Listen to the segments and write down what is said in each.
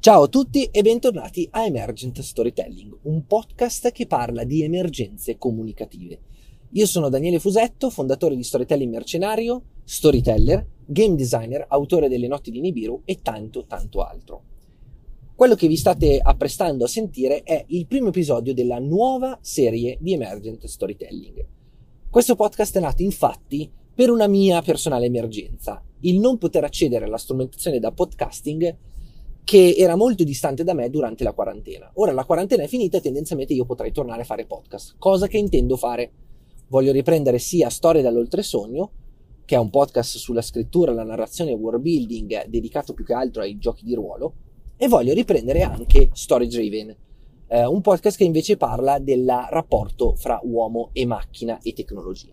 Ciao a tutti e bentornati a Emergent Storytelling, un podcast che parla di emergenze comunicative. Io sono Daniele Fusetto, fondatore di Storytelling Mercenario, storyteller, game designer, autore delle Notti di Nibiru e tanto altro. Quello che vi state apprestando a sentire è il primo episodio della nuova serie di Emergent Storytelling. Questo podcast è nato infatti per una mia personale emergenza, il non poter accedere alla strumentazione da podcasting che era molto distante da me durante la quarantena. Ora la quarantena è finita e tendenzialmente io potrei tornare a fare podcast, cosa che intendo fare. Voglio riprendere sia Storie dall'Oltresogno, che è un podcast sulla scrittura, la narrazione e world building dedicato più che altro ai giochi di ruolo, e voglio riprendere anche Story Driven, un podcast che invece parla del rapporto fra uomo e macchina e tecnologia.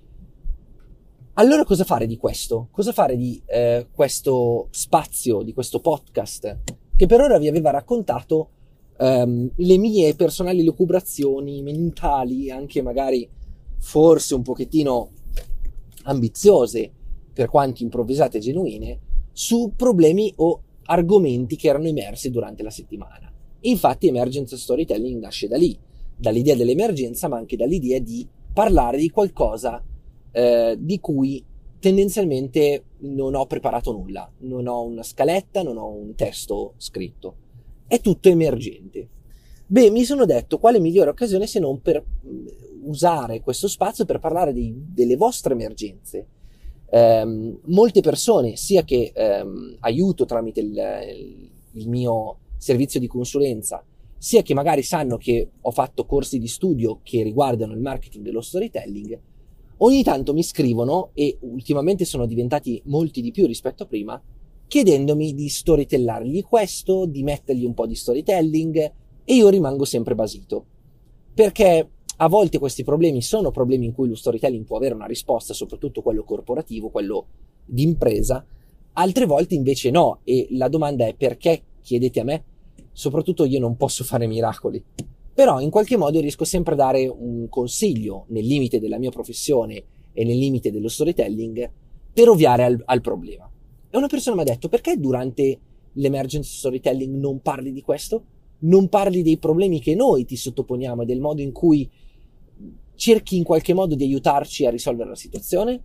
Allora cosa fare di questo? Cosa fare di questo spazio, di questo podcast che per ora vi aveva raccontato le mie personali lucubrazioni mentali, anche magari forse un pochettino ambiziose, per quanto improvvisate e genuine, su problemi o argomenti che erano emersi durante la settimana. Infatti Emergent Storytelling nasce da lì, dall'idea dell'emergenza, ma anche dall'idea di parlare di qualcosa di cui tendenzialmente non ho preparato nulla, non ho una scaletta, non ho un testo scritto, è tutto emergente. Mi sono detto quale migliore occasione se non per usare questo spazio per parlare delle vostre emergenze. Molte persone, sia che aiuto tramite il mio servizio di consulenza, sia che magari sanno che ho fatto corsi di studio che riguardano il marketing dello storytelling, ogni tanto mi scrivono, e ultimamente sono diventati molti di più rispetto a prima, chiedendomi di storytellargli questo, di mettergli un po' di storytelling, e io rimango sempre basito. Perché a volte questi problemi sono problemi in cui lo storytelling può avere una risposta, soprattutto quello corporativo, quello di impresa, altre volte invece no, e la domanda è: perché chiedete a me? Soprattutto io non posso fare miracoli. Però in qualche modo riesco sempre a dare un consiglio nel limite della mia professione e nel limite dello storytelling per ovviare al problema. E una persona mi ha detto: perché durante l'emergency storytelling non parli di questo? Non parli dei problemi che noi ti sottoponiamo e del modo in cui cerchi in qualche modo di aiutarci a risolvere la situazione?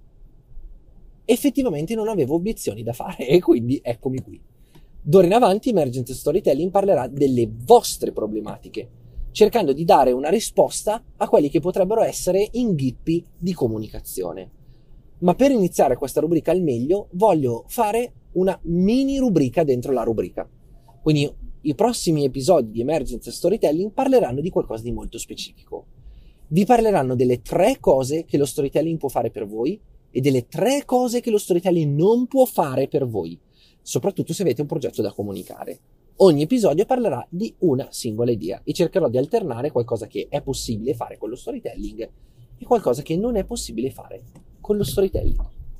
Effettivamente non avevo obiezioni da fare e quindi eccomi qui. D'ora in avanti Emergency Storytelling parlerà delle vostre problematiche, cercando di dare una risposta a quelli che potrebbero essere inghippi di comunicazione. Ma per iniziare questa rubrica al meglio, voglio fare una mini rubrica dentro la rubrica. Quindi i prossimi episodi di Emergency Storytelling parleranno di qualcosa di molto specifico. Vi parleranno delle 3 cose che lo storytelling può fare per voi e delle 3 cose che lo storytelling non può fare per voi, soprattutto se avete un progetto da comunicare. Ogni episodio parlerà di una singola idea e cercherò di alternare qualcosa che è possibile fare con lo storytelling e qualcosa che non è possibile fare con lo storytelling.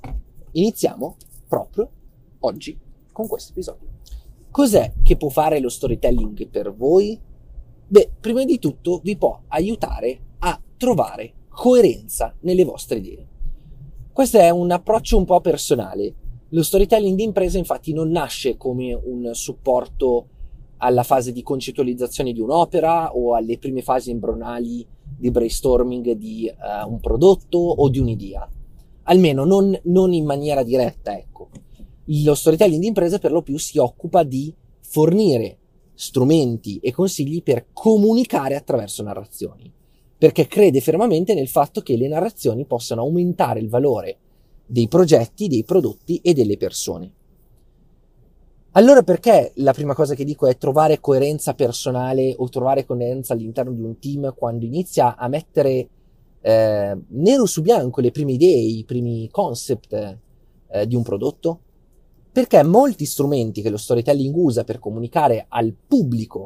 Iniziamo proprio oggi con questo episodio. Cos'è che può fare lo storytelling per voi? Prima di tutto vi può aiutare a trovare coerenza nelle vostre idee. Questo è un approccio un po' personale. Lo storytelling di impresa infatti non nasce come un supporto alla fase di concettualizzazione di un'opera o alle prime fasi embrionali di brainstorming di un prodotto o di un'idea. Almeno non in maniera diretta, ecco. Lo storytelling di impresa per lo più si occupa di fornire strumenti e consigli per comunicare attraverso narrazioni, perché crede fermamente nel fatto che le narrazioni possano aumentare il valore dei progetti, dei prodotti e delle persone. Allora perché la prima cosa che dico è trovare coerenza personale o trovare coerenza all'interno di un team quando inizia a mettere nero su bianco le prime idee, i primi concept di un prodotto? Perché molti strumenti che lo storytelling usa per comunicare al pubblico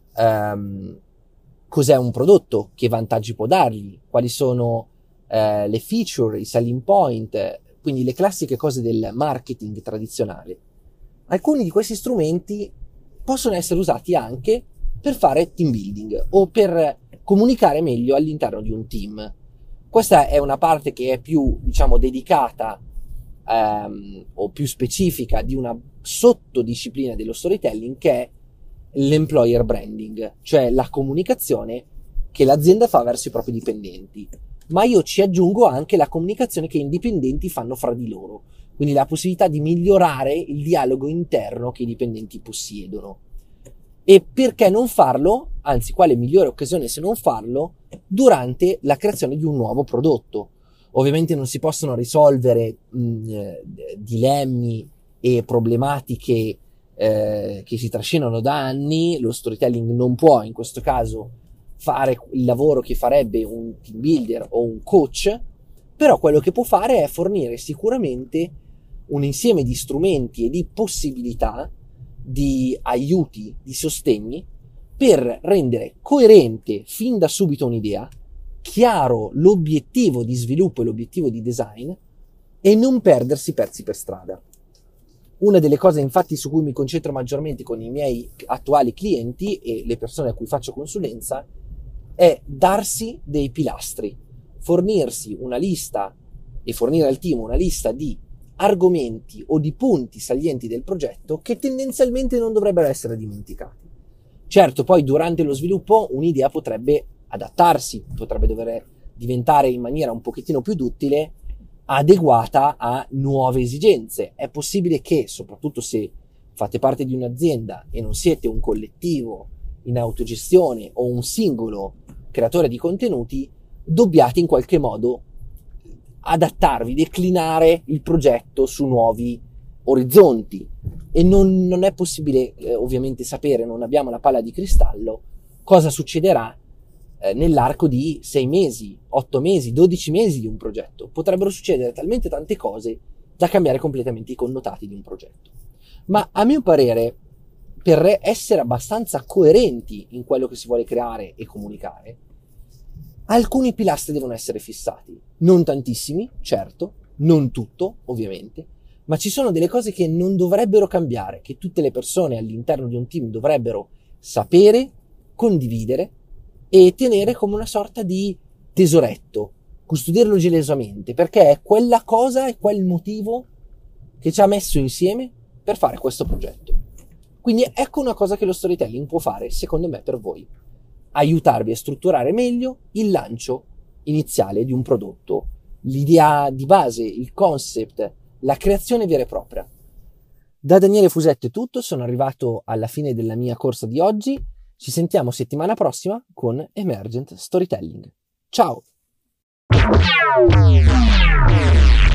cos'è un prodotto, che vantaggi può dargli, quali sono le feature, i selling point, quindi le classiche cose del marketing tradizionale. Alcuni di questi strumenti possono essere usati anche per fare team building o per comunicare meglio all'interno di un team. Questa è una parte che è più, dedicata o più specifica di una sottodisciplina dello storytelling, che è l'employer branding, cioè la comunicazione che l'azienda fa verso i propri dipendenti. Ma io ci aggiungo anche la comunicazione che i dipendenti fanno fra di loro, quindi la possibilità di migliorare il dialogo interno che i dipendenti possiedono. E perché non farlo? Anzi, quale migliore occasione se non farlo durante la creazione di un nuovo prodotto? Ovviamente non si possono risolvere dilemmi e problematiche che si trascinano da anni. Lo storytelling non può in questo caso fare il lavoro che farebbe un team builder o un coach, però quello che può fare è fornire sicuramente un insieme di strumenti e di possibilità, di aiuti, di sostegni per rendere coerente fin da subito un'idea, chiaro l'obiettivo di sviluppo e l'obiettivo di design e non perdersi pezzi per strada. Una delle cose infatti su cui mi concentro maggiormente con i miei attuali clienti e le persone a cui faccio consulenza è darsi dei pilastri, fornirsi una lista e fornire al team una lista di argomenti o di punti salienti del progetto che tendenzialmente non dovrebbero essere dimenticati. Certo, poi durante lo sviluppo un'idea potrebbe adattarsi, potrebbe dover diventare in maniera un pochettino più duttile, adeguata a nuove esigenze. È possibile che, soprattutto se fate parte di un'azienda e non siete un collettivo in autogestione o un singolo creatore di contenuti, dobbiate in qualche modo adattarvi, declinare il progetto su nuovi orizzonti e non è possibile ovviamente sapere, non abbiamo la palla di cristallo, cosa succederà nell'arco di 6 mesi, 8 mesi, 12 mesi di un progetto. Potrebbero succedere talmente tante cose da cambiare completamente i connotati di un progetto. Ma a mio parere, per essere abbastanza coerenti in quello che si vuole creare e comunicare, alcuni pilastri devono essere fissati. Non tantissimi, certo, non tutto, ovviamente, ma ci sono delle cose che non dovrebbero cambiare, che tutte le persone all'interno di un team dovrebbero sapere, condividere e tenere come una sorta di tesoretto, custodirlo gelosamente, perché è quella cosa, è quel motivo che ci ha messo insieme per fare questo progetto. Quindi ecco una cosa che lo storytelling può fare, secondo me, per voi. Aiutarvi a strutturare meglio il lancio iniziale di un prodotto, l'idea di base, il concept, la creazione vera e propria. Da Daniele Fusetto è tutto, sono arrivato alla fine della mia corsa di oggi. Ci sentiamo settimana prossima con Emergent Storytelling. Ciao!